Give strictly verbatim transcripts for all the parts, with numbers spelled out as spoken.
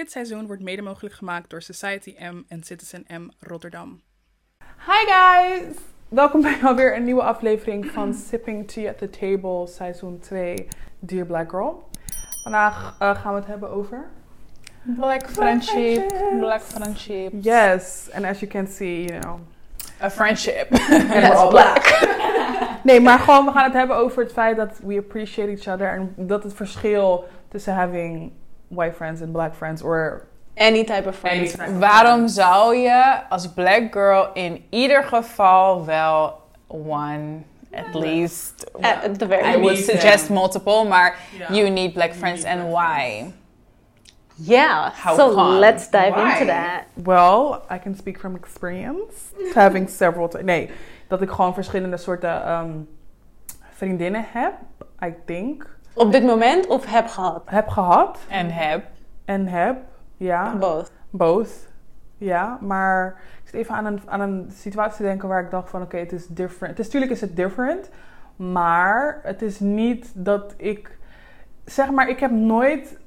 Dit seizoen wordt mede mogelijk gemaakt door Society M en Citizen M Rotterdam. Hi guys! Welkom bij alweer een nieuwe aflevering van Sipping Tea at the Table, seizoen twee, Dear Black Girl. Vandaag uh, gaan we het hebben over... Black friendship, black friendship. Yes, and as you can see, you know... A friendship. And we're all black. Nee, maar gewoon, we gaan het hebben over het feit dat we appreciate each other. En dat het verschil tussen having white friends and black friends, or... Any type of friends. Any type of Waarom friends. zou je als black girl in ieder geval wel one, at least... At the very I would least, suggest yeah. multiple, maar Yeah. you need black You friends need and black why? friends. Yeah, How so come? let's dive Why? into that. Well, I can speak from experience. Having several... T- nee, dat ik gewoon verschillende soorten um, vriendinnen heb, I think. Op dit moment of heb gehad? Heb gehad En heb. en heb, ja. Both. Both, ja. Maar ik zit even aan een, aan een situatie te denken waar ik dacht van... Oké, het is different. Het is, natuurlijk is het different. Maar het is niet dat ik... Zeg maar, ik heb nooit...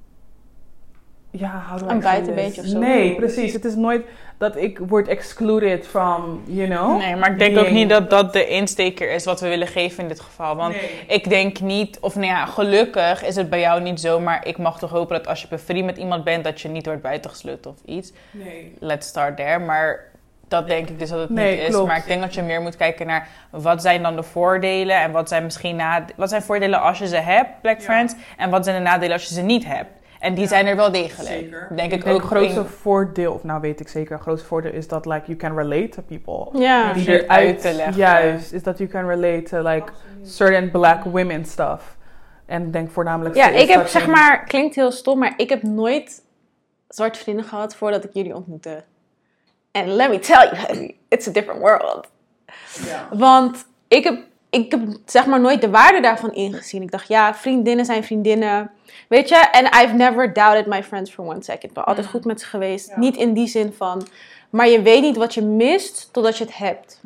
Ja, how do I Een say buitenbeentje this? of zo. Nee, precies. Het is nooit dat ik word excluded from, you know... Nee, maar ik denk ook being- niet dat dat de insteker is wat we willen geven in dit geval. Want Nee. ik denk niet, of nou ja, gelukkig is het bij jou niet zo. Maar ik mag toch hopen dat als je bevriend met iemand bent, dat je niet wordt buitengesloten of iets. Nee. Let's start there. Maar dat denk ik dus dat het Nee, niet is. klopt. Maar ik denk dat je meer moet kijken naar wat zijn dan de voordelen. En wat zijn misschien na, wat zijn voordelen als je ze hebt, black Ja. friends. En wat zijn de nadelen als je ze niet hebt. En die Ja, zijn er wel degelijk. zeker. Denk ik Het ook grootste in- voordeel, of nou weet ik zeker, het grootste voordeel is dat like, you can relate to people. Ja. Die Die er uit eruit, te leggen. juist, is dat you can relate to like certain black women stuff. En ik denk voornamelijk... Ja, is ik heb dat zeg je- maar, klinkt heel stom, maar ik heb nooit zwarte vrienden gehad voordat ik jullie ontmoette. And let me tell you, honey, it's a different world. Ja. Want ik heb, ik heb zeg maar nooit de waarde daarvan ingezien. Ik dacht, ja, vriendinnen zijn vriendinnen. Weet je, en I've never doubted my friends for one second. Ik ben altijd goed met ze geweest. Ja. Niet in die zin van, maar je weet niet wat je mist totdat je het hebt.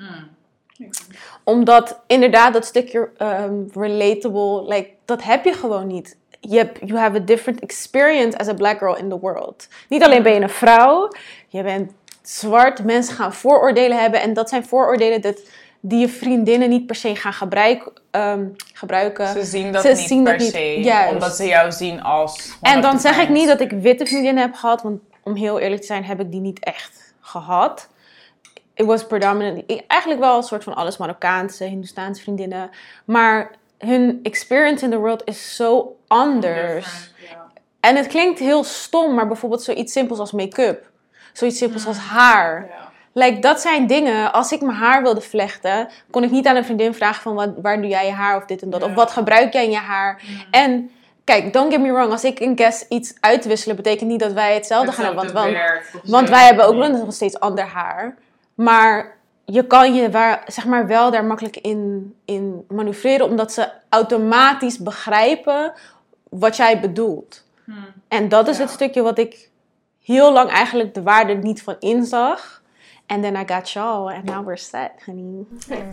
Omdat inderdaad dat stukje um, relatable, like, dat heb je gewoon niet. Je hebt, you have a different experience as a black girl in the world. Niet alleen ben je een vrouw, je bent zwart. Mensen gaan vooroordelen hebben. En dat zijn vooroordelen dat, die je vriendinnen niet per se gaan gebruik, um, gebruiken. Ze zien dat Ze niet zien per dat niet, se, juist. omdat ze jou zien als... one En of dan the zeg ik friends. niet dat ik witte vriendinnen heb gehad, want om heel eerlijk te zijn heb ik die niet echt gehad. It was predominantly, eigenlijk wel een soort van alles Marokkaanse, Hindoestaanse vriendinnen. Maar hun experience in the world is zo anders. Ja. En het klinkt heel stom, maar bijvoorbeeld zoiets simpels als make-up. Zoiets simpels als haar. Ja. Like, dat zijn dingen, als ik mijn haar wilde vlechten, kon ik niet aan een vriendin vragen van wat, waar doe jij je haar of dit en dat. Ja. Of wat gebruik jij in je haar. En kijk, don't get me wrong, als ik in Guess iets uitwisselen, betekent niet dat wij hetzelfde gaan hebben. Want, want, want wij hebben ook nog steeds ander haar. Maar je kan je waar, zeg maar, wel daar makkelijk in, in manoeuvreren, omdat ze automatisch begrijpen wat jij bedoelt. Hmm. En dat is Ja. het stukje wat ik heel lang eigenlijk de waarde niet van inzag. And then I got y'all and now we're set, honey.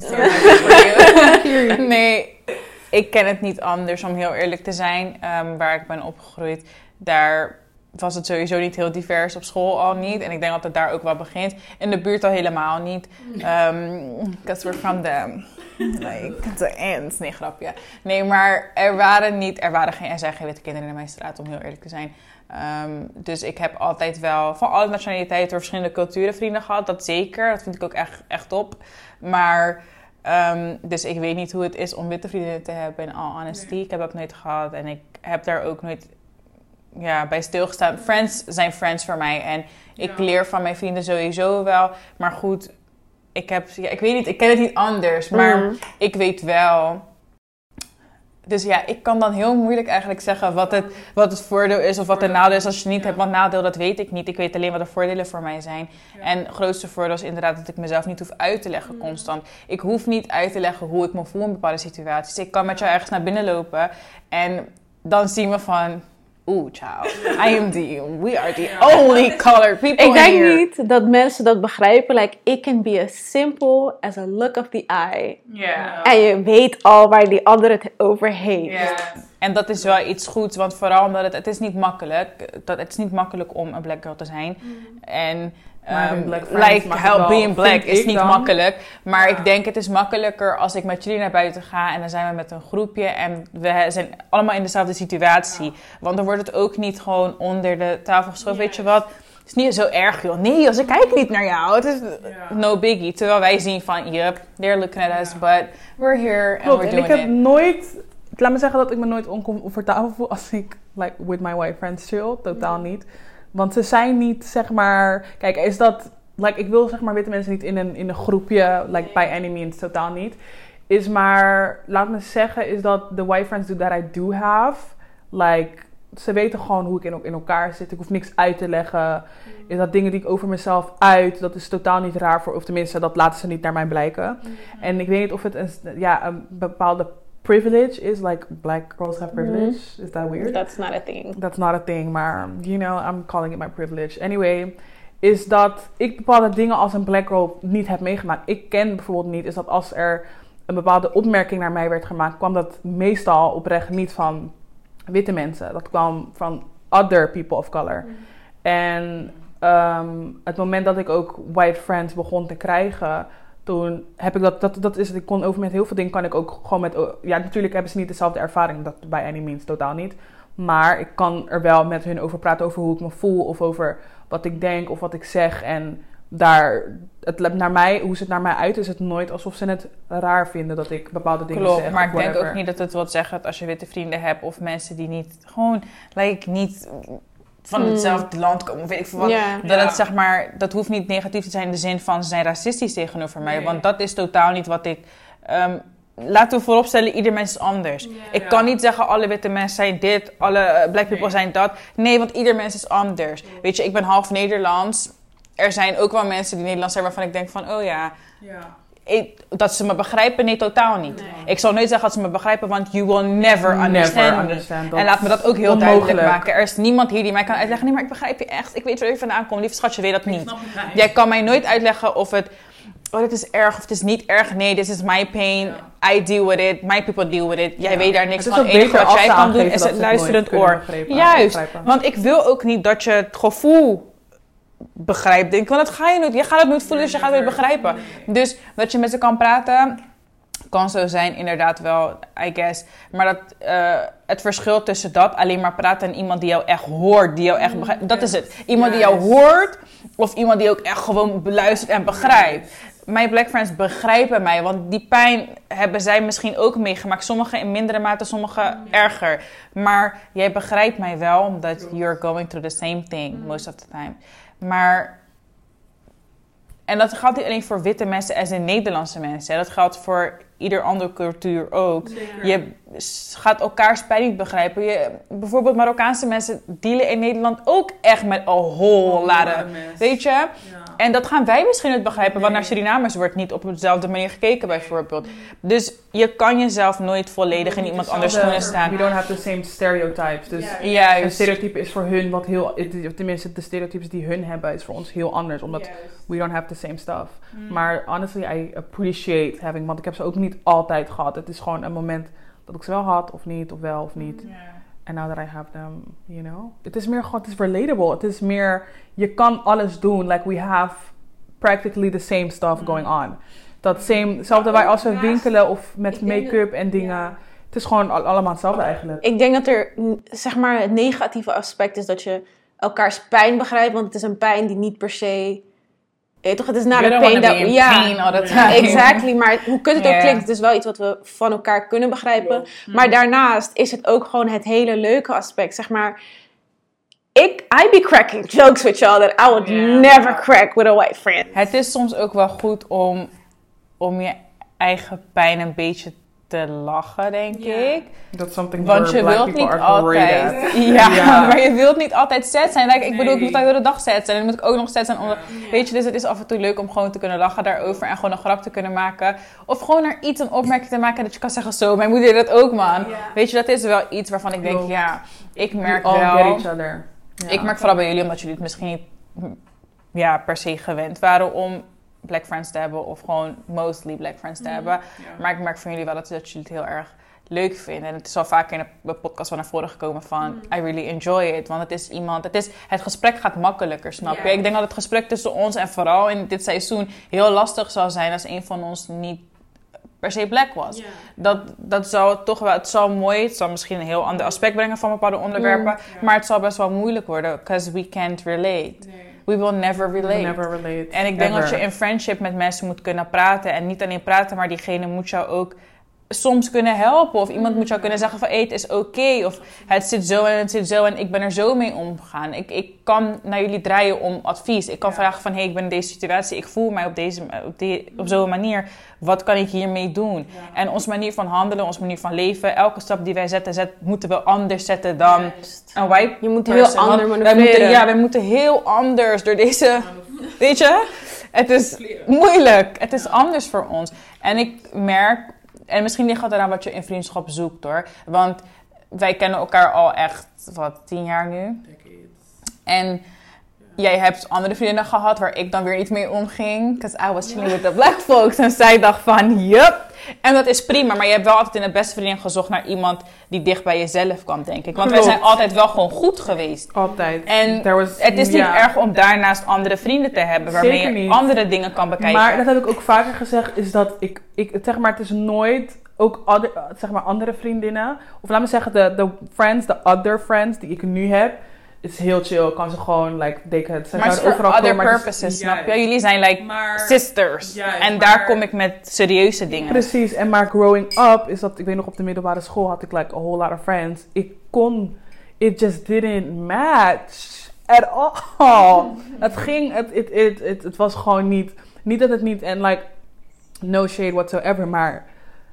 Nee, ik ken het niet anders, om heel eerlijk te zijn. Um, waar ik ben opgegroeid, daar was het sowieso niet heel divers, op school al niet. En ik denk dat het daar ook wel begint. In de buurt al helemaal niet. Um, because we're from the, like, the ends. Nee, grapje. Nee, maar er waren niet, er waren geen, er zijn geen witte kinderen in mijn straat, om heel eerlijk te zijn. Um, dus ik heb altijd wel van alle nationaliteiten door verschillende culturen vrienden gehad. Dat zeker, dat vind ik ook echt, echt top. Maar... Um, dus ik weet niet hoe het is om witte vriendinnen te hebben, in all honesty. Nee. Ik heb dat nooit gehad en ik heb daar ook nooit ja, bij stilgestaan. Friends zijn friends voor mij en ik Ja. leer van mijn vrienden sowieso wel. Maar goed, ik heb, ja, ik weet niet, ik ken het niet anders, maar Mm. ik weet wel. Dus ja, ik kan dan heel moeilijk eigenlijk zeggen wat het, wat het voordeel is of wat de nadeel is als je het niet Ja. hebt. Want nadeel, dat weet ik niet. Ik weet alleen wat de voordelen voor mij zijn. Ja. En het grootste voordeel is inderdaad dat ik mezelf niet hoef uit te leggen Mm. constant. Ik hoef niet uit te leggen hoe ik me voel in bepaalde situaties. Ik kan met jou ergens naar binnen lopen en dan zien we van... Ooh, child. I am the, we are the only colored people Ik denk here. niet dat mensen dat begrijpen. Like, it can be as simple as a look of the eye. Ja. En je weet al waar die ander het over heeft. Ja. En dat is wel iets goeds, want vooral omdat het, het is niet makkelijk. Dat, het is niet makkelijk om een black girl te zijn. En Maar um, black friends like maakt help het wel, being black vind is ik niet dan. makkelijk. Maar Ja. ik denk het is makkelijker als ik met jullie naar buiten ga en dan zijn we met een groepje en we zijn allemaal in dezelfde situatie. Ja. Want dan wordt het ook niet gewoon onder de tafel geschoven. Yes. Weet je wat? Het is niet zo erg, joh. Nee, als ik kijk niet naar jou. Het is Ja. no biggie. Terwijl wij zien van, yup, they're looking at us, but we're here and Klopt, we're en doing ik heb it. nooit... Laat me zeggen dat ik me nooit oncomfortabel voel als ik like with my white friends chill. Totaal Mm. niet. Want ze zijn niet, zeg maar... Kijk, is dat... Like, ik wil zeg maar witte mensen niet in een, in een groepje, like by any means, totaal niet. Is maar, laat me zeggen, is dat the white friends that I do have, like, ze weten gewoon hoe ik in, in elkaar zit. Ik hoef niks uit te leggen. Is dat dingen die ik over mezelf uit, dat is totaal niet raar voor, of tenminste, dat laten ze niet naar mij blijken. Mm-hmm. En ik weet niet of het een, ja, een bepaalde privilege is, like black girls have privilege. Mm-hmm. Is that weird? That's not a thing. That's not a thing, maar, you know, I'm calling it my privilege. Anyway, is dat ik bepaalde dingen als een black girl niet heb meegemaakt. Ik ken bijvoorbeeld niet, is dat als er een bepaalde opmerking naar mij werd gemaakt, kwam dat meestal oprecht niet van witte mensen. Dat kwam van other people of color. Mm. En um, het moment dat ik ook white friends begon te krijgen, toen heb ik dat, dat, dat is het, ik kon over met heel veel dingen kan ik ook gewoon met, ja natuurlijk hebben ze niet dezelfde ervaring, dat by any means, totaal niet. Maar ik kan er wel met hun over praten over hoe ik me voel of over wat ik denk of wat ik zeg. En daar, het, naar mij, hoe ze het naar mij uit, is het nooit alsof ze het raar vinden dat ik bepaalde dingen Klopt, zeg. maar ik whatever. denk ook niet dat het wat zegt als je witte vrienden hebt of mensen die niet, gewoon, like, niet van hetzelfde mm. land komen, weet ik veel wat. Yeah. Dat Ja. het, zeg maar, dat hoeft niet negatief te zijn in de zin van ze zijn racistisch tegenover mij. Nee. Want dat is totaal niet wat ik... Um, laten we vooropstellen, ieder mens is anders. Yeah. Ik Ja. kan niet zeggen, alle witte mensen zijn dit, alle black people Nee. zijn dat. Nee, want ieder mens is anders. Nee. Weet je, ik ben half Nederlands. Er zijn ook wel mensen die Nederlands zijn waarvan ik denk van, oh ja... Ja. Ik, dat ze me begrijpen? Nee, totaal niet. Nee. Ik zal nooit zeggen dat ze me begrijpen, want you will never understand Never me. understand. En laat me dat ook heel onmogelijk. duidelijk maken. Er is niemand hier die mij kan uitleggen, nee, maar ik begrijp je echt. Ik weet waar je vandaan komt. Lieve schatje, weet dat niet. Snap je? Jij kan mij nooit uitleggen of het, oh, dit is erg of het is niet erg. Nee, this is my pain. Ja. I deal with it. My people deal with it. Jij Ja. weet daar niks Het is van. ook Het enige beter wat als jij ze kan doen aangeven is dat het ze het luisterend nooit kunnen oor. begrijpen- Juist. begrijpen. Want ik wil ook niet dat je het gevoel begrijpt. Denk, want dat ga je nooit. Je gaat het nooit voelen, dus je gaat het nooit begrijpen. Dus dat je met ze kan praten, kan zo zijn, inderdaad wel, I guess. Maar dat, uh, het verschil tussen dat, alleen maar praten en iemand die jou echt hoort, die jou echt begrijpt, dat is het. Iemand die jou hoort, of iemand die ook echt gewoon beluistert en begrijpt. Mijn black friends begrijpen mij, want die pijn hebben zij misschien ook meegemaakt. Sommigen in mindere mate, sommigen erger. Maar jij begrijpt mij wel, omdat you're going through the same thing, most of the time. Maar... En dat geldt niet alleen voor witte mensen als in Nederlandse mensen. Dat geldt voor ieder andere cultuur ook. Zeker. Je gaat elkaars pijn niet begrijpen. Je, bijvoorbeeld Marokkaanse mensen dealen in Nederland ook echt met een whole lot. Weet je? Ja. En dat gaan wij misschien niet begrijpen. Want Nee. naar Surinamers wordt niet op dezelfde manier gekeken bijvoorbeeld. Dus je kan jezelf nooit volledig in iemand anders schoenen staan. We don't have the same stereotypes. Dus Ja, een Juist. stereotype is voor hun wat heel... of Tenminste, de stereotypes die hun hebben is voor ons heel anders. Omdat we don't have the same stuff. Mm. Maar honestly, I appreciate having... Want ik heb ze ook niet altijd gehad. Het is gewoon een moment dat ik ze wel had of niet. Of wel of niet. And now that I have them, you know. Het is meer gewoon, het is relatable. Het is meer, je kan alles doen. Like we have practically the same stuff going on. Dat same, hetzelfde wij als we winkelen of met make-up en dingen. Het is gewoon al- allemaal hetzelfde eigenlijk. Ik denk dat er, mm, zeg maar, het negatieve aspect is dat je elkaars pijn begrijpt. Want het is een pijn die niet per se... Weet je toch, het is na You de don't pain wanna be dat... in Ja, pain all the time. exactly. Maar hoe kut het ook Ja. klinkt, het is wel iets wat we van elkaar kunnen begrijpen. Maar daarnaast is het ook gewoon het hele leuke aspect. Zeg maar, ik, I be cracking jokes with y'all that I would Yeah. never crack with a white friend. Het is soms ook wel goed om, om je eigen pijn een beetje te lachen, denk Ja. ik. That's something Want where je black wilt people niet are altijd... great at. Ja, Ja. maar je wilt niet altijd sad zijn. Like, ik bedoel, ik moet de Nee. hele dag sad zijn. En dan moet ik ook nog sad zijn. Omdat, Ja. Weet je, dus het is af en toe leuk om gewoon te kunnen lachen daarover. En gewoon een grap te kunnen maken. Of gewoon naar iets een opmerking te maken dat je kan zeggen zo. Mijn moeder deed dat ook, man. Ja. Weet je, dat is wel iets waarvan ik denk, Klopt. ja, ik We merk all wel... get each other. Ja. Ik merk vooral bij jullie, omdat jullie het misschien niet ja, per se gewend waren om black friends te hebben. Of gewoon mostly black friends te hebben. Ja. Maar ik merk van jullie wel dat, dat jullie het heel erg leuk vinden. En het is al vaker in de podcast van naar voren gekomen van... Mm. I really enjoy it. Want het is iemand... Het, is, het gesprek gaat makkelijker, snap Ja. je? Ik denk dat het gesprek tussen ons en vooral in dit seizoen... heel lastig zal zijn als een van ons niet per se black was. Ja. Dat, dat zou toch wel... Het zal mooi... Het zal misschien een heel ander aspect brengen van bepaalde onderwerpen. Ja. Maar het zal best wel moeilijk worden. Because we can't relate. Nee. We will never We relate. never relate. En ik denk Ever. dat je in friendship met mensen moet kunnen praten. En niet alleen praten, maar diegene moet jou ook soms kunnen helpen. Of iemand moet jou kunnen zeggen van, hey, het is oké. Of het zit zo en het zit zo en ik ben er zo mee omgegaan. Ik, ik kan naar jullie draaien om advies. Ik kan Ja. vragen van, hey, ik ben in deze situatie. Ik voel mij op, deze, op, die, op zo'n manier. Wat kan ik hiermee doen? Ja. En onze manier van handelen, onze manier van leven. Elke stap die wij zetten, zet, moeten we anders zetten dan Juist. een white Je moet person. heel ander Want wij manoeuvreren. moeten, ja, wij moeten heel anders door deze... Weet je? Het is moeilijk. Het is anders voor ons. En ik merk... En misschien ligt het eraan wat je in vriendschap zoekt, hoor. Want wij kennen elkaar al echt, wat, tien jaar nu. Decades. En jij hebt andere vriendinnen gehad waar ik dan weer niet mee omging. Because I was chilling with the black folks. En zij dacht van, yup. En dat is prima. Maar je hebt wel altijd in de beste vriendin gezocht naar iemand die dicht bij jezelf kwam, denk ik. Want wij Klopt. zijn altijd wel gewoon goed geweest. Altijd. En There was- het is niet ja. erg om daarnaast andere vrienden te hebben. Waarmee Zeker je niet. andere dingen kan bekijken. Maar dat heb ik ook vaker gezegd, is dat ik, ik zeg maar, het is nooit ook other, zeg maar andere vriendinnen, of laat me zeggen, de, de friends, de other friends die ik nu heb, is heel chill. Kan ze gewoon, like, they can, ze Maar het is zouden voor overal other komen, maar het is- purposes, Juist. snap je? Jullie zijn like Maar... sisters. Juist, en daar maar- kom ik met serieuze dingen. Precies, en maar growing up is dat, ik weet nog op de middelbare school had ik like a whole lot of friends. Ik kon, it just didn't match at all. Het ging, het, het, het, het, het was gewoon niet, niet dat het niet, en like, no shade whatsoever, maar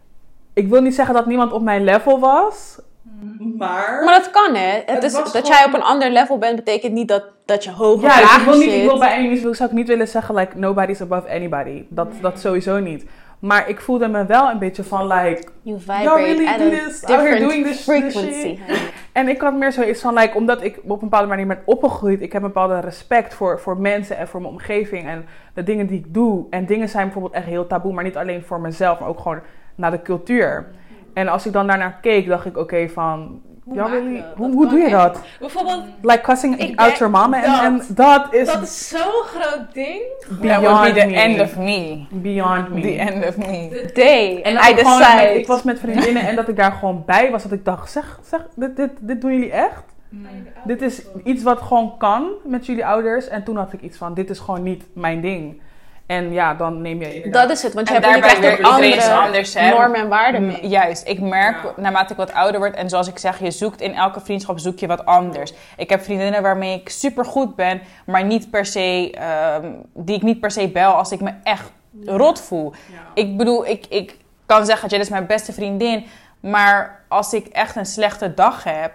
ik wil niet zeggen dat niemand op mijn level was. Maar... Maar dat kan, hè? Het Het is, was dat gewoon- jij op een ander level bent, betekent niet dat, dat je hoger Ja, of dus ik lager wil, niet, ik wil zit. bij enemies wil- zou ik niet willen zeggen, like, nobody's above anybody. Dat, dat sowieso niet. Maar ik voelde me wel een beetje van, like, You Y'all vibrate really at do a this? Out here different doing this- this frequency. shit? en ik had meer zoiets van, like, omdat ik op een bepaalde manier ben opgegroeid, ik heb een bepaalde respect voor, voor mensen en voor mijn omgeving en de dingen die ik doe. En dingen zijn bijvoorbeeld echt heel taboe, maar niet alleen voor mezelf, maar ook gewoon naar de cultuur. En als ik dan daarnaar keek, dacht ik, oké, van, Hoe y'all maak je really, dat? hoe, Dat hoe kan doe je echt. dat? Bijvoorbeeld, Like cussing Ik out denk your mom en, dat- en dat is dat is zo'n groot ding. That beyond would be the me. end of me. Beyond me. The end of me. The day. En And dat I ik, gewoon decide. met- ik was met vriendinnen en dat ik daar gewoon bij was. Dat ik dacht, zeg, zeg dit, dit, dit doen jullie echt? Dit is iets wat gewoon kan met jullie ouders. En toen had ik iets van, dit is gewoon niet mijn ding. En ja, dan neem je... Dat is het, want je, En hebt, je daarbij krijgt weer ook iedereen is andere anders, hè? normen en waarden Mm, mee. Juist, ik merk Ja. naarmate ik wat ouder word en zoals ik zeg, je zoekt in elke vriendschap zoek je wat anders. Ik heb vriendinnen waarmee ik super goed ben, maar niet per se, ehm, die ik niet per se bel als ik me echt rot voel. Ja. Ik bedoel, ik, ik kan zeggen, dit is mijn beste vriendin, maar als ik echt een slechte dag heb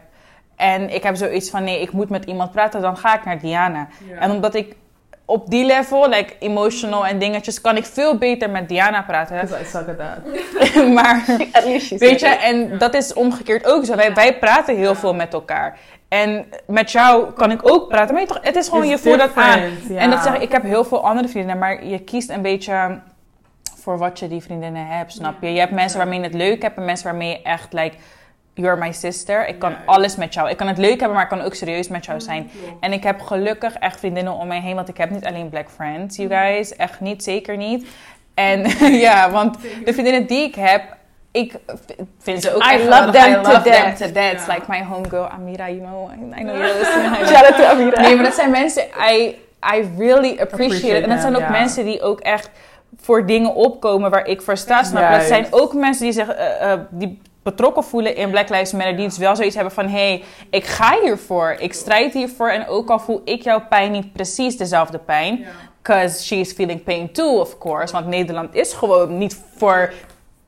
en ik heb zoiets van nee, ik moet met iemand praten, dan ga ik naar Diana. Ja. En omdat ik op die level, like emotional en dingetjes, kan ik veel beter met Diana praten. Because I suck at that. maar At least she's weet je, ready. en dat is omgekeerd ook zo. Wij, wij praten heel veel met elkaar. En met jou kan ik ook praten. Maar je, toch, het is gewoon, It's je voelt dat aan. different, ja. En dat zeg ik, ik heb heel veel andere vriendinnen. Maar je kiest een beetje voor wat je die vriendinnen hebt, snap je? Je hebt mensen waarmee je het leuk hebt. En mensen waarmee je echt, like, you're my sister. Ik kan Ja. alles met jou. Ik kan het leuk hebben, maar ik kan ook serieus met jou zijn. Klopt. En ik heb gelukkig echt vriendinnen om mij heen. Want ik heb niet alleen black friends, you guys. Echt niet, zeker niet. En ja, want de vriendinnen die ik heb, ik vind ze ook I echt love geweldig. them I to love them death. to death. Ja. Like my homegirl Amira, you know. I know you're listening. Shout out to Amira. Nee, maar dat zijn mensen, I, I really appreciate, Appreciate it. En dat zijn ook them, ja. mensen die ook echt voor dingen opkomen waar ik voor sta, snap je? Dat Juist. zijn ook mensen die zich eh, eh, die betrokken voelen in Black Lives Matter, die dus wel zoiets hebben van, hé, hey, ik ga hiervoor, ik strijd hiervoor en ook al voel ik jouw pijn niet precies dezelfde pijn, Ja. because she is feeling pain too, of course, want Nederland is gewoon niet voor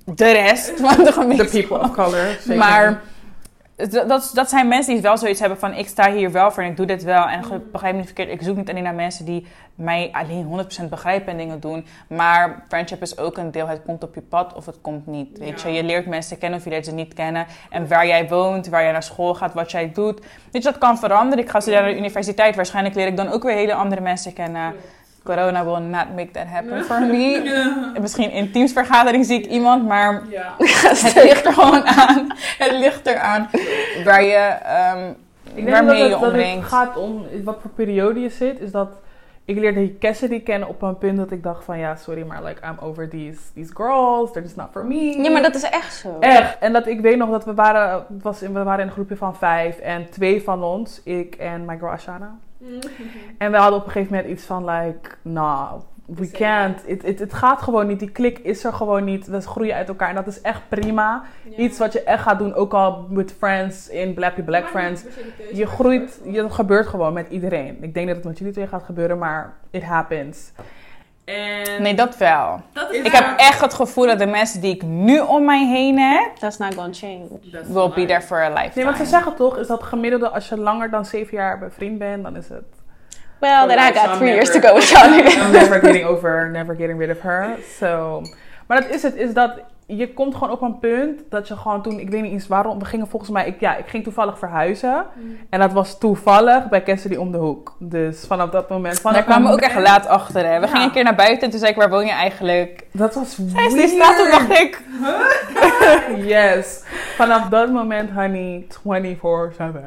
de rest van de gemeenschap. The people of color. Zeker. Maar dat, dat, dat zijn mensen die wel zoiets hebben van... ik sta hier wel voor en ik doe dit wel. En begrijp me niet verkeerd, ik zoek niet alleen naar mensen die mij alleen honderd procent begrijpen en dingen doen. Maar friendship is ook een deel. Het komt op je pad of het komt niet. Weet Ja. je, je leert mensen kennen of je leert ze niet kennen. En waar jij woont, waar jij naar school gaat, wat jij doet. Weet je, dat kan veranderen. Ik ga studeren naar de universiteit. Waarschijnlijk leer ik dan ook weer hele andere mensen kennen. Corona will not make that happen for me. Misschien in teamsvergadering zie ik iemand, maar... Ja. Het ligt er gewoon aan. Het ligt eraan waar je, um, Ik denk waarmee dat je het, dat het omringt. gaat om wat voor periode je zit. Is dat ik leerde Cassidy kennen op een punt dat ik dacht van ja, sorry, maar like I'm over these, these girls. They're just not for me. Ja, maar dat is echt zo. Echt. En dat ik weet nog dat we waren, het was in, we waren in een groepje van vijf. En twee van ons, ik en my girl Ashana. En we hadden op een gegeven moment iets van like, nah, we can't. Het it, it gaat gewoon niet. Die klik is er gewoon niet. We groeien uit elkaar. En dat is echt prima. Ja. Iets wat je echt gaat doen. Ook al with friends in Black Black Friends. Je groeit. Je, dat gebeurt gewoon met iedereen. Ik denk dat het met jullie twee gaat gebeuren. Maar it happens. En Nee, dat wel. Dat is Ik heb echt het gevoel dat de mensen die ik nu om mij heen heb... That's not gonna change. will be there for a lifetime. Nee, want ze zeggen toch, is dat gemiddelde als je langer dan zeven jaar bevriend bent, dan is het... Well, then I Alright, so got I'm three years to never- go with y'all. I'm never getting over, never getting rid of her. So. Maar dat is het, is dat je komt gewoon op een punt dat je gewoon toen, ik weet niet eens waarom, we gingen volgens mij, ik, ja, ik ging toevallig verhuizen. En dat was toevallig bij Cassidy om de hoek. Dus vanaf dat moment... Vanaf Daar kwamen we ook moment- echt laat achter. Hè. We Ja. gingen een keer naar buiten en toen zei ik, waar woon je eigenlijk? Dat was Zij is weird. die straat, toen dacht ik... Yes. Vanaf dat moment, honey, twenty-four seven.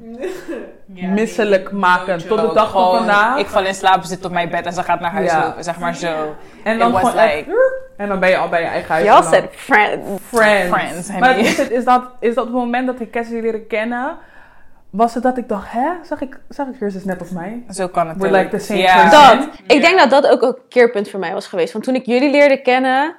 Ja, Misselijk nee, maken. no Tot de joke. dag van Gewoon, vandaag. ik val in slaap, zit op mijn bed en ze gaat naar huis Ja. lopen. Zeg maar zo. En dan It was gewoon echt, like- en dan ben je al bij je eigen huis. Y'all en dan- said friends. Friends. Friends, Maar honey. het is, het, is, dat, is dat het moment dat ik Cassidy leerde kennen, was het dat ik dacht, hè? Zag ik, zag ik Chris is net als mij? Zo kan het We're ook. like the same Ja. person. Dat. Ik denk dat dat ook een keerpunt voor mij was geweest. Want toen ik jullie leerde kennen,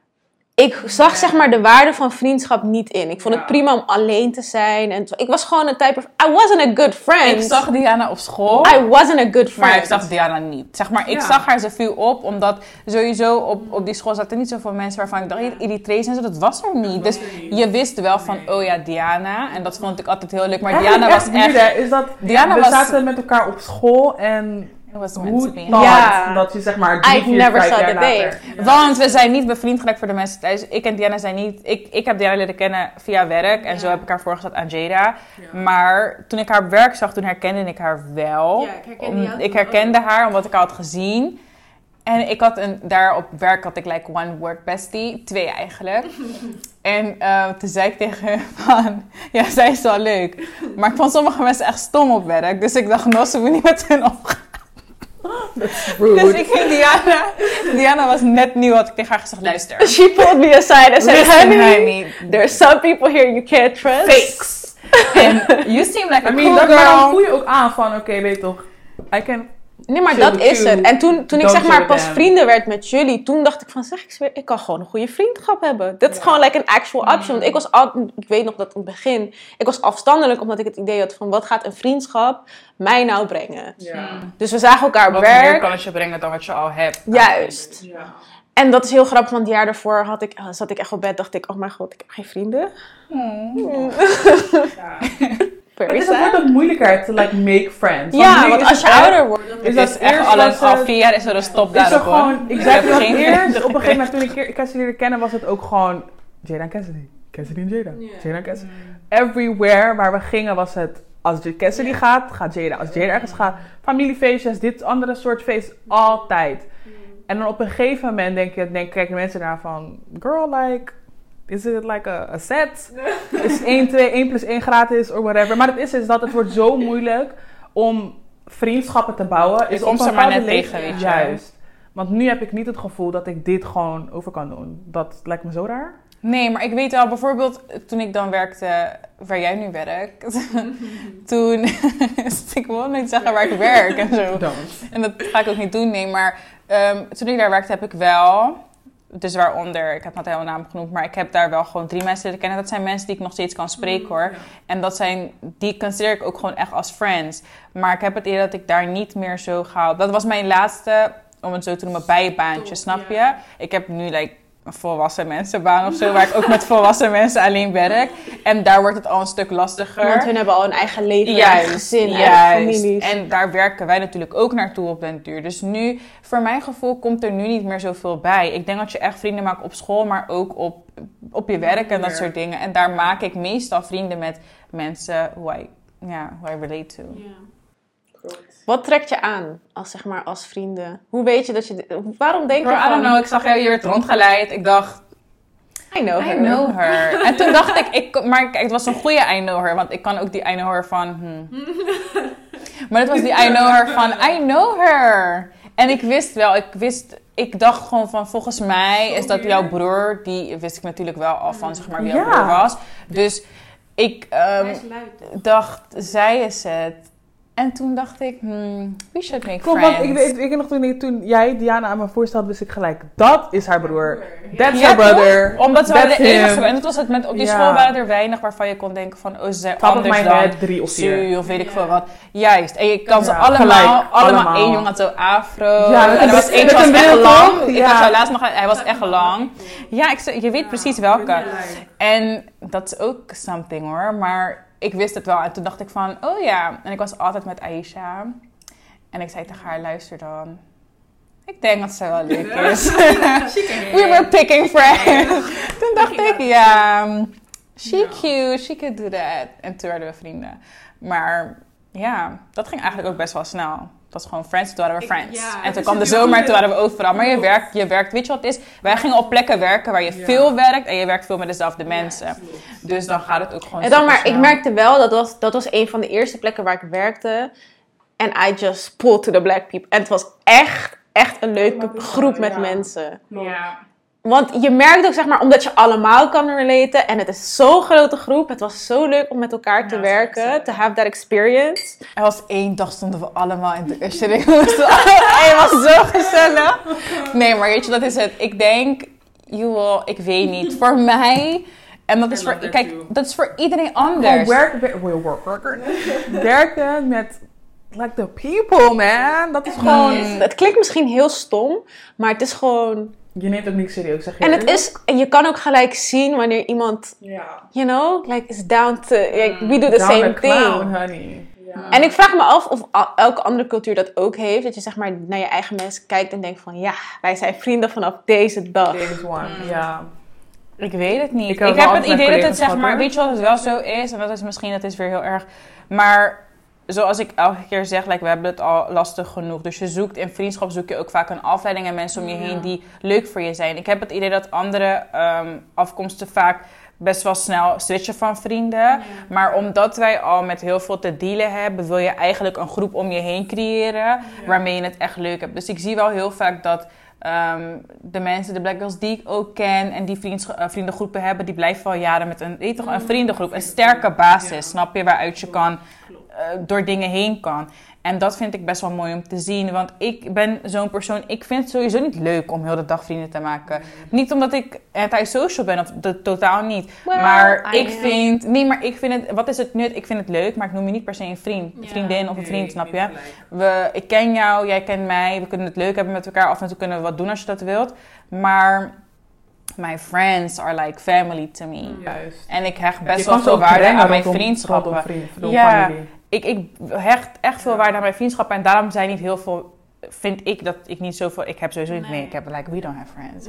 ik zag zeg maar de waarde van vriendschap niet in. Ik vond het Ja. prima om alleen te zijn. En ik was gewoon een type of... I wasn't a good friend. Ik zag Diana op school. I wasn't a good Maar friend. ik zag Diana niet. Zeg maar, ik Ja. zag haar, ze viel op, omdat sowieso op, op die school zaten niet zoveel mensen waarvan ik dacht, Eritreërs en zo, dat was er niet. Dus er niet. je wist wel van, oh ja, Diana. En dat vond ik altijd heel leuk. Maar Eigenlijk Diana was weird, echt... hè, is dat Diana we was- zaten met elkaar op school en It was meant hoe to be. thought Ja. dat je zeg maar drie, I vier, never vijf saw jaar the day. later... Want we zijn niet bevriend gelijk voor de mensen thuis. Ik en Diana zijn niet... Ik, ik heb Diana leren kennen via werk. En zo heb ik haar voorgesteld aan Jada. Ja. Maar toen ik haar op werk zag, toen herkende ik haar wel. Ja, ik herkende Om- jou ik toen herkende haar omdat ik haar had gezien. En ik had een, daar op werk had ik like one work bestie. Twee eigenlijk. En eh, toen zei ik tegen haar van... Ja, zij is wel leuk. Maar ik vond sommige mensen echt stom op werk. Dus ik dacht, no, ze moet niet met hen opgaan. That's rude. Dus ik ging Diana... Diana was net nieuw, had ik tegen haar gezegd, luister. She pulled me aside and said, Listen, honey, honey. there's some people here you can't trust. Fakes. And you seem like a I cool mean, dat, maar dan girl. voel je ook aan van, oké, weet je toch, I can... Nee, maar Chill dat with is you. het. En toen, toen ik Don't zeg maar chill pas with them. vrienden werd met jullie, toen dacht ik van, zeg ik zweer, ik kan gewoon een goede vriendschap hebben. Dat is gewoon like een actual option. Want ik was al, ik weet nog dat in het begin, ik was afstandelijk omdat ik het idee had van, wat gaat een vriendschap mij nou brengen? Ja. Dus we zagen elkaar op Wat meer werk. kan het je brengen dan wat je al hebt. Juist. Ja. En dat is heel grappig, want het jaar daarvoor had ik, zat ik echt op bed, dacht ik, oh mijn god, ik heb geen vrienden. Ja. Very Het, is, het sad. wordt ook moeilijker to like make friends. Ja, nu want is als je het echt- ouder wordt, is Het dat is echt eerst al, een, was al het- vier jaar is er een stop Is er daarop hoor. gewoon, ik Ik zei heb het geen eerst, vrienden. op een gegeven moment toen ik keer- Cassidy leerde kennen, was het ook gewoon Jada en Cassidy. Cassidy en Jada. Ja. Jada en Cassidy. Everywhere waar we gingen was het, als Cassidy gaat, gaat Jada. Als Jada ergens gaat, familiefeestjes, dit andere soort feest, altijd. En dan op een gegeven moment denk je, denk, kijken mensen naar van, girl, like, is it like a, a set? Is één, twee, één plus één gratis or whatever. Maar het is is dat het wordt zo moeilijk om vriendschappen te bouwen. Je Is komt op ze een maar bepaalde net leeftijd- tegen, weet je. Juist. Want nu heb ik niet het gevoel dat ik dit gewoon over kan doen. Dat lijkt me zo raar. Nee, maar ik weet wel, bijvoorbeeld toen ik dan werkte waar jij nu werkt. Toen, ik wil niet zeggen waar ik werk en zo. Don't. En dat ga ik ook niet doen, nee. Maar um, toen ik daar werkte heb ik wel, dus waaronder, ik heb net heel naam genoemd, maar ik heb daar wel gewoon drie mensen leren kennen. Dat zijn mensen die ik nog steeds kan spreken hoor. Ja. En dat zijn, die consider ik ook gewoon echt als friends. Maar ik heb het idee dat ik daar niet meer zo gauw... Dat was mijn laatste, om het zo te noemen, bijbaantje, Top, snap je? ja. Ik heb nu like een volwassen mensenbaan of zo, waar ik ook met volwassen mensen alleen werk. En daar wordt het al een stuk lastiger. Want hun hebben al een eigen leven, Juist, eigen gezin, eigen juist. families. En daar werken wij natuurlijk ook naartoe op den duur. Dus nu, voor mijn gevoel, komt er nu niet meer zoveel bij. Ik denk dat je echt vrienden maakt op school, maar ook op, op je werk en dat soort dingen. En daar maak ik meestal vrienden met mensen who I, ja, who I relate to. Ja. Wat trekt je aan als, zeg maar, als vrienden? Hoe weet je dat je... Waarom denk je Bro, I van... don't know, ik zag jou, je werd rondgeleid. Ik dacht, I know I her. know her. En toen dacht ik, ik maar kijk, het was een goede I know her. Want ik kan ook die I know her van... Hmm. Maar het was die I know her van, I know her. En ik wist wel, ik wist... Ik dacht gewoon van, volgens mij is dat jouw broer... Die wist ik natuurlijk wel al van, zeg maar, wie jouw Ja. broer was. Dus ik um, Hij is luid, toch? dacht, zij is het. En toen dacht ik, hmm, we should make Klopt, friends. want ik, ik, ik weet nog toen, toen jij Diana aan me voorstelde, wist ik gelijk, dat is haar broer. That's Ja, her brother. toch? Omdat ze That's waren de enige. him. En het was het met, op die Ja. school waren er weinig waarvan je kon denken van, oh, ze zijn Top of anders my dan head, drie of vier. Su of weet ik veel wat. Juist. En je kan ze Ja, allemaal, gelijk, allemaal, allemaal. één jongen had zo afro. Ja, met en een er was bril- eentje met was een echt bril, lang. toch? Ik Ja. had jou laatst nog, hij was echt lang. Ja, ik, zei- je weet precies welke. En dat is ook something hoor. Maar ik wist het wel. En toen dacht ik van, oh ja. En ik was altijd met Aisha. En ik zei tegen haar, luister dan. Ik denk dat ze wel leuk is. We were picking friends. Toen dacht ik, ja, she cute, she could do that. En toen werden we vrienden. Maar ja, dat ging eigenlijk ook best wel snel. Het was gewoon friends, toen waren we Ik- friends. ja, en het toen is kwam de natuurlijk zomer en ook toen waren we overal. Maar je werkt, je werkt, weet je wat het is? Wij gingen op plekken werken waar je Ja. veel werkt en je werkt veel met dezelfde mensen. Dus dan gaat het ook gewoon En dan maar, ik supersnel. merkte wel, dat was, dat was een van de eerste plekken waar ik werkte. En I just pulled to the black people. En het was echt, echt een leuke groep met Ja. mensen. Ja. Want je merkt ook, zeg maar, omdat je allemaal kan relaten. En het is zo'n grote groep. Het was zo leuk om met elkaar te Ja, werken. To have that experience. Er was één dag stonden we allemaal in de ushering. Het was zo gezellig. Nee, maar weet je, dat is het. Ik denk, you will, ik weet niet. Voor mij, en dat is I voor, love that kijk, too. dat is voor iedereen Gewoon anders. werk, werk, work, work, work. Werken met, like the people, man. Dat is gewoon... Mm. Het klinkt misschien heel stom. Maar het is gewoon... Je neemt ook niet serieus, zeg je En het eerlijk? is... En je kan ook gelijk zien wanneer iemand... Ja. You know? Like, is down to... Like, we do the Down same the clown, thing. honey. Ja. En ik vraag me af of a- elke andere cultuur dat ook heeft. Dat je, zeg maar, naar je eigen mensen kijkt en denkt van... Ja, wij zijn vrienden vanaf deze dag. Days one, Mm. ja. Ik weet het niet. Ik Ik, heb heb wel het altijd met idee dat het, collega's zeg gehad, maar, hoor. weet je wat het wel zo is? En dat is misschien, dat is weer heel erg. Maar zoals ik elke keer zeg, like, we hebben het al lastig genoeg. Dus je zoekt in vriendschap zoek je ook vaak een afleiding en mensen om je heen die leuk voor je zijn. Ik heb het idee dat andere ehm, afkomsten vaak best wel snel switchen van vrienden. Maar omdat wij al met heel veel te dealen hebben, wil je eigenlijk een groep om je heen creëren waarmee je het echt leuk hebt. Dus ik zie wel heel vaak dat ehm, de mensen, de black girls die ik ook ken en die vriendscha- uh, vriendengroepen hebben, die blijven al jaren met een, weet je toch, een vriendengroep. Een sterke basis, Ja. snap je, waaruit je kan, uh, door dingen heen kan. En dat vind ik best wel mooi om te zien. Want ik ben zo'n persoon, ik vind het sowieso niet leuk om heel de dag vrienden te maken. Niet omdat ik anti-social ben, of dat, totaal niet. Well, maar I ik am. vind, nee, maar ik vind het, wat is het nut? Ik vind het leuk, maar ik noem je niet per se een vriend. Een Ja. vriendin of een vriend, Nee, snap niet je? gelijk. We, ik ken jou, jij kent mij, we kunnen het leuk hebben met elkaar. Af en toe kunnen we wat doen als je dat wilt. Maar my friends are like family to me. Juist. En ik hecht Je best kan wel ze veel ook waarde brengen aan mijn rondom- vriendschappen. rondom vriend- rondom Ja. familie. Ik, ik hecht echt veel waarde aan mijn vriendschappen. En daarom zijn niet heel veel... Vind ik dat ik niet zoveel... Ik heb sowieso niet Nee. mee. Ik heb like, we don't have friends.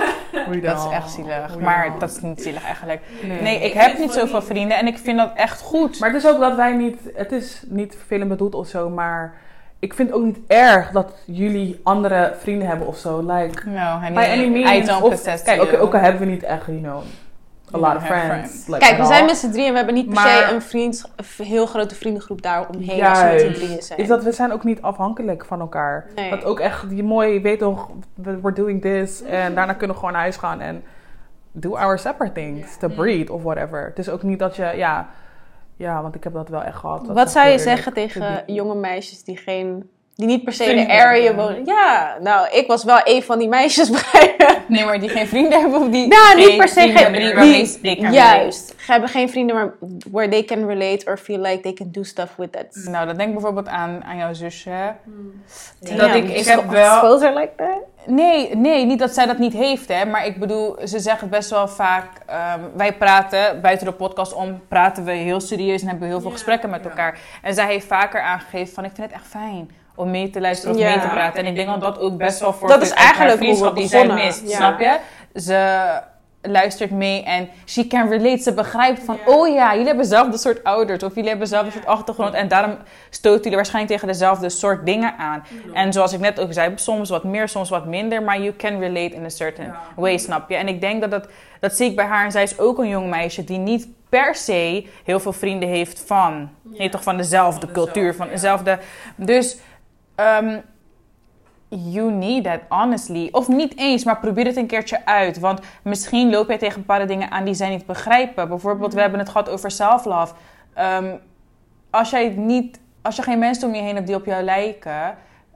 We Dat is don't. echt zielig. We Maar don't. dat is niet zielig eigenlijk. Nee. Nee, ik Ik heb vind niet het zoveel gewoon vrienden. En ik vind dat echt goed. Maar het is ook dat wij niet... Het is niet vervelend bedoeld of zo, maar... Ik vind het ook niet erg dat jullie andere vrienden hebben of zo. Like, No, honey, by any means. I don't Of- possess kijk, you. ook, ook al hebben we niet echt, you know... A You lot don't of have friends. friends. Like, Kijk, at we zijn all. met z'n drieën en we hebben niet per Maar- se een, vriends, een heel grote vriendengroep daaromheen als we met z'n Juist. drieën zijn. Is dat we zijn ook niet afhankelijk van elkaar. Nee. Dat ook echt, je mooi, je weet toch, we- we're doing this. En daarna kunnen we gewoon naar huis gaan en do our separate things. To breathe of whatever. Het is ook niet dat je, ja, ja, want ik heb dat wel echt gehad. Dat Wat is zou je heel zeggen eerlijk. tegen jonge meisjes die geen... Die niet per se in de Vrienden area hebben. wonen. Ja, nou, ik was wel een van die meisjes bij Nee, maar die geen vrienden hebben of die... Nou, niet geen per se vrienden geen... hebben die waarmee ze- they can Juist. Ze hebben geen vrienden waar, where they can relate or feel like they can do stuff with that. relate. Nou, dan denk ik bijvoorbeeld aan, aan jouw zusje. Damn, Dat ik, ik just heb wel... expose her like that? Nee, nee, niet dat zij dat niet heeft, hè. Maar ik bedoel, ze zegt het best wel vaak... ehm, wij praten, buiten de podcast om, praten we heel serieus en hebben we heel veel Ja, gesprekken met ja. elkaar. En zij heeft vaker aangegeven van, ik vind het echt fijn om mee te luisteren of Ja. mee te praten. En ik denk dat dat ook best wel voor Dat is eigenlijk hoe we die zij begonnen. mist, Ja. snap je? Ze luistert mee en she can relate. Ze begrijpt van, Ja. oh ja, jullie hebben dezelfde soort ouders of jullie hebben dezelfde soort achtergrond. En daarom stoten jullie waarschijnlijk tegen dezelfde soort dingen aan. En zoals ik net ook zei, soms wat meer, soms wat minder. Maar you can relate in a certain Ja. way, snap je? En ik denk dat dat, dat zie ik bij haar. En zij is ook een jong meisje die niet per se heel veel vrienden heeft van, Ja. nee, toch van dezelfde Van cultuur, dezelfde, van ja. dezelfde. Dus, um, you need that, honestly. Of niet eens, maar probeer het een keertje uit. Want misschien loop jij tegen bepaalde dingen aan die zij niet begrijpen. Bijvoorbeeld, we hebben het gehad over self-love. Um, als jij niet, als je geen mensen om je heen hebt die op jou lijken,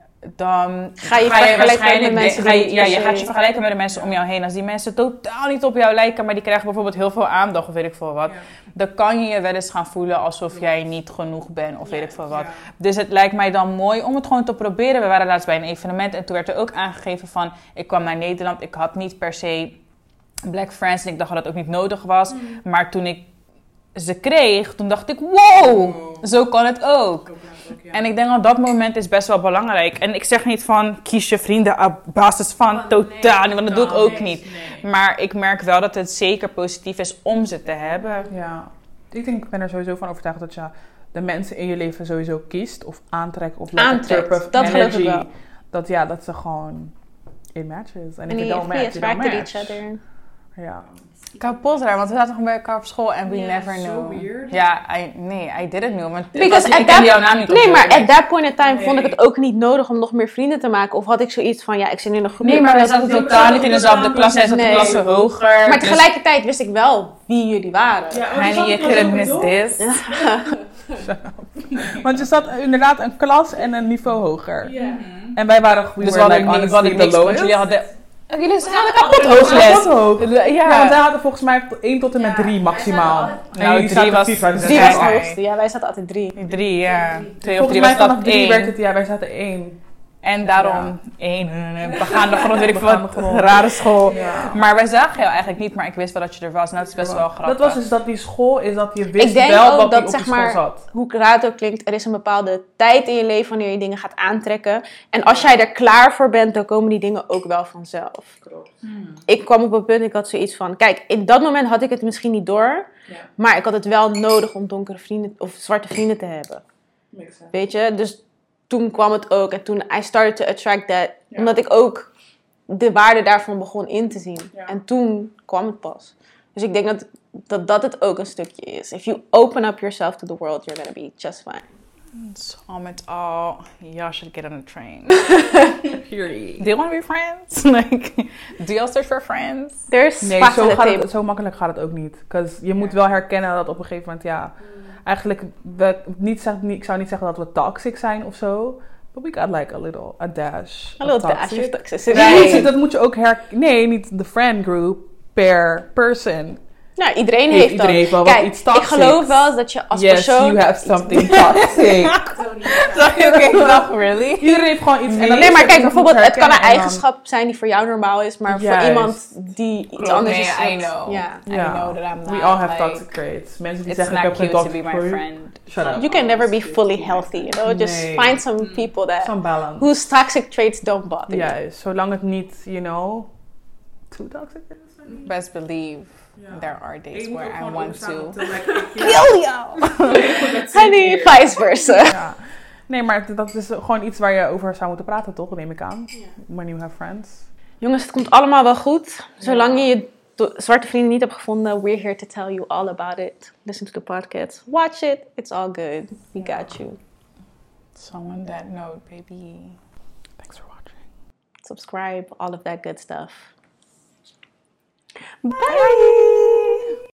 dan Ga je vergelijken met waarschijnlijk mensen de- ga je, die ja, per je se- gaat je vergelijken met de mensen om jou heen. Als die mensen totaal niet op jou lijken, maar die krijgen bijvoorbeeld heel veel aandacht of weet ik veel wat, Ja. dan kan je je wel eens gaan voelen alsof jij niet genoeg bent of weet ik veel wat. Ja. Dus het lijkt mij dan mooi om het gewoon te proberen. We waren laatst bij een evenement en toen werd er ook aangegeven van, ik kwam naar Nederland, ik had niet per se black friends en ik dacht dat het ook niet nodig was. Maar toen ik ze kreeg, toen dacht ik, wow, zo kan het ook. En ik denk dat dat moment is best wel belangrijk. En ik zeg niet van, kies je vrienden op basis van, Van, totaal nee, niet, want dat doe ik totaal ook niks, niet. nee. Maar ik merk wel dat het zeker positief is om ze te hebben. Ja, ik denk, ik ben er sowieso van overtuigd dat je de mensen in je leven sowieso kiest of aantrekt of like a Aantrekt, type of dat geloof ik energy. wel. Dat ja, dat ze gewoon it matches. En En if it die don't match, we it don't attracted match. each other. Ja. Kapot raar, want we zaten gewoon bij elkaar op school en we Ja, never so know. weird. Ja, I, nee, I didn't know. Want Because was, at ik that- kende jouw naam niet. Nee, of maar zo. at that point in time Nee. vond ik het ook niet nodig om nog meer vrienden te maken. Of had ik zoiets van, ja, ik zit in een groep. Nee, maar wij zaten Nee, totaal maar niet in dat- dezelfde klas. Zij zat Nee. een klasse hoger. Maar dus- tegelijkertijd wist ik wel wie jullie waren. Ja, maar Honey, dat you was couldn't ook miss bedoeld. this. Want je zat inderdaad een klas en een niveau hoger. Ja. En wij waren we Dus we were hadden like niks, we hadden honestly niks, the want jullie lowest. hadden... Oh, jullie hadden kapot kapot hoog hoogles. Kapot hoog. Ja, Ja, want wij hadden volgens mij één tot en met Ja, drie wij maximaal. zaten En Nou, jullie drie zaten was- vier, vijf, zes, drie Drie was was zeven. het hoogste. Ja, wij zaten altijd drie. Drie, ja. Twee of Volgens drie mij was dat vanaf drie één. werd het, ja, wij zaten één. En daarom één. We gaan de grond, weet ik veel Begaande wat. grond. Rare school. Ja. Maar wij zagen jou eigenlijk niet, maar ik wist wel dat je er was. En dat is best wel grappig. Dat was dus dat die school is dat je wist Ik denk wel ook dat die dat, op zeg die school maar, zat. hoe raar het ook klinkt, er is een bepaalde tijd in je leven wanneer je dingen gaat aantrekken. En als jij er klaar voor bent, dan komen die dingen ook wel vanzelf. Ik kwam op een punt, ik had zoiets van, kijk, in dat moment had ik het misschien niet door. Ja. Maar ik had het wel nodig om donkere vrienden of zwarte vrienden te hebben. Makes sense. Weet je? Dus toen kwam het ook. En toen I started to attract that. Ja. Omdat ik ook de waarde daarvan begon in te zien. Ja. En toen kwam het pas. Dus ik denk dat, dat dat het ook een stukje is. If you open up yourself to the world, you're gonna be just fine. Dus al met al, y'all should get on a train. Period. Do you want to be friends? Like, do y'all search for friends? There's Nee, spots zo, at the gaat table. het, zo makkelijk gaat het ook niet. Because je moet wel herkennen dat op een gegeven moment, ja... Eigenlijk, we, niet, zeg- niet, ik zou niet zeggen dat we toxic zijn of zo. But we got like a little, a dash A little of dash of toxic. toxicity. Dat moet je- Dat moet je ook herkennen. Nee, niet de friend group. Per person. Ja, iedereen Heeft heeft iedereen dat. wel wat Kijk, iets ik toxics. geloof wel eens dat je als Yes, persoon... you have something toxic. Oké, ik dacht, really? Iedereen heeft gewoon iets. En dan Nee, is maar het kijk, iets bijvoorbeeld, om te het kan een herkennen en dan- eigenschap zijn die voor jou normaal is, maar voor Juist. iemand die iets Klopt, anders nee, is. I het- know. Ja. I know that I'm not, We all have like, toxic traits. Mensen die It's zeggen, ik not heb cute geen to be toxic my trait. friend. Shut up. You can never be fully healthy, you know? Just Nee. find some people that Some balance. whose toxic traits don't bother you. Juist, zolang het niet, you know, too toxic is. Best believe there are days where I want to kill you. Honey, vice versa. Ja. Nee, maar dat is gewoon iets waar je over zou moeten praten, toch? Neem ik aan. When you have friends. Jongens, het komt allemaal wel goed. Zolang je je do- zwarte vrienden niet hebt gevonden, we're here to tell you all about it. Listen to the podcast. Watch it. It's all good. We got you. So on that note, baby. Thanks for watching. Subscribe, all of that good stuff. Bye!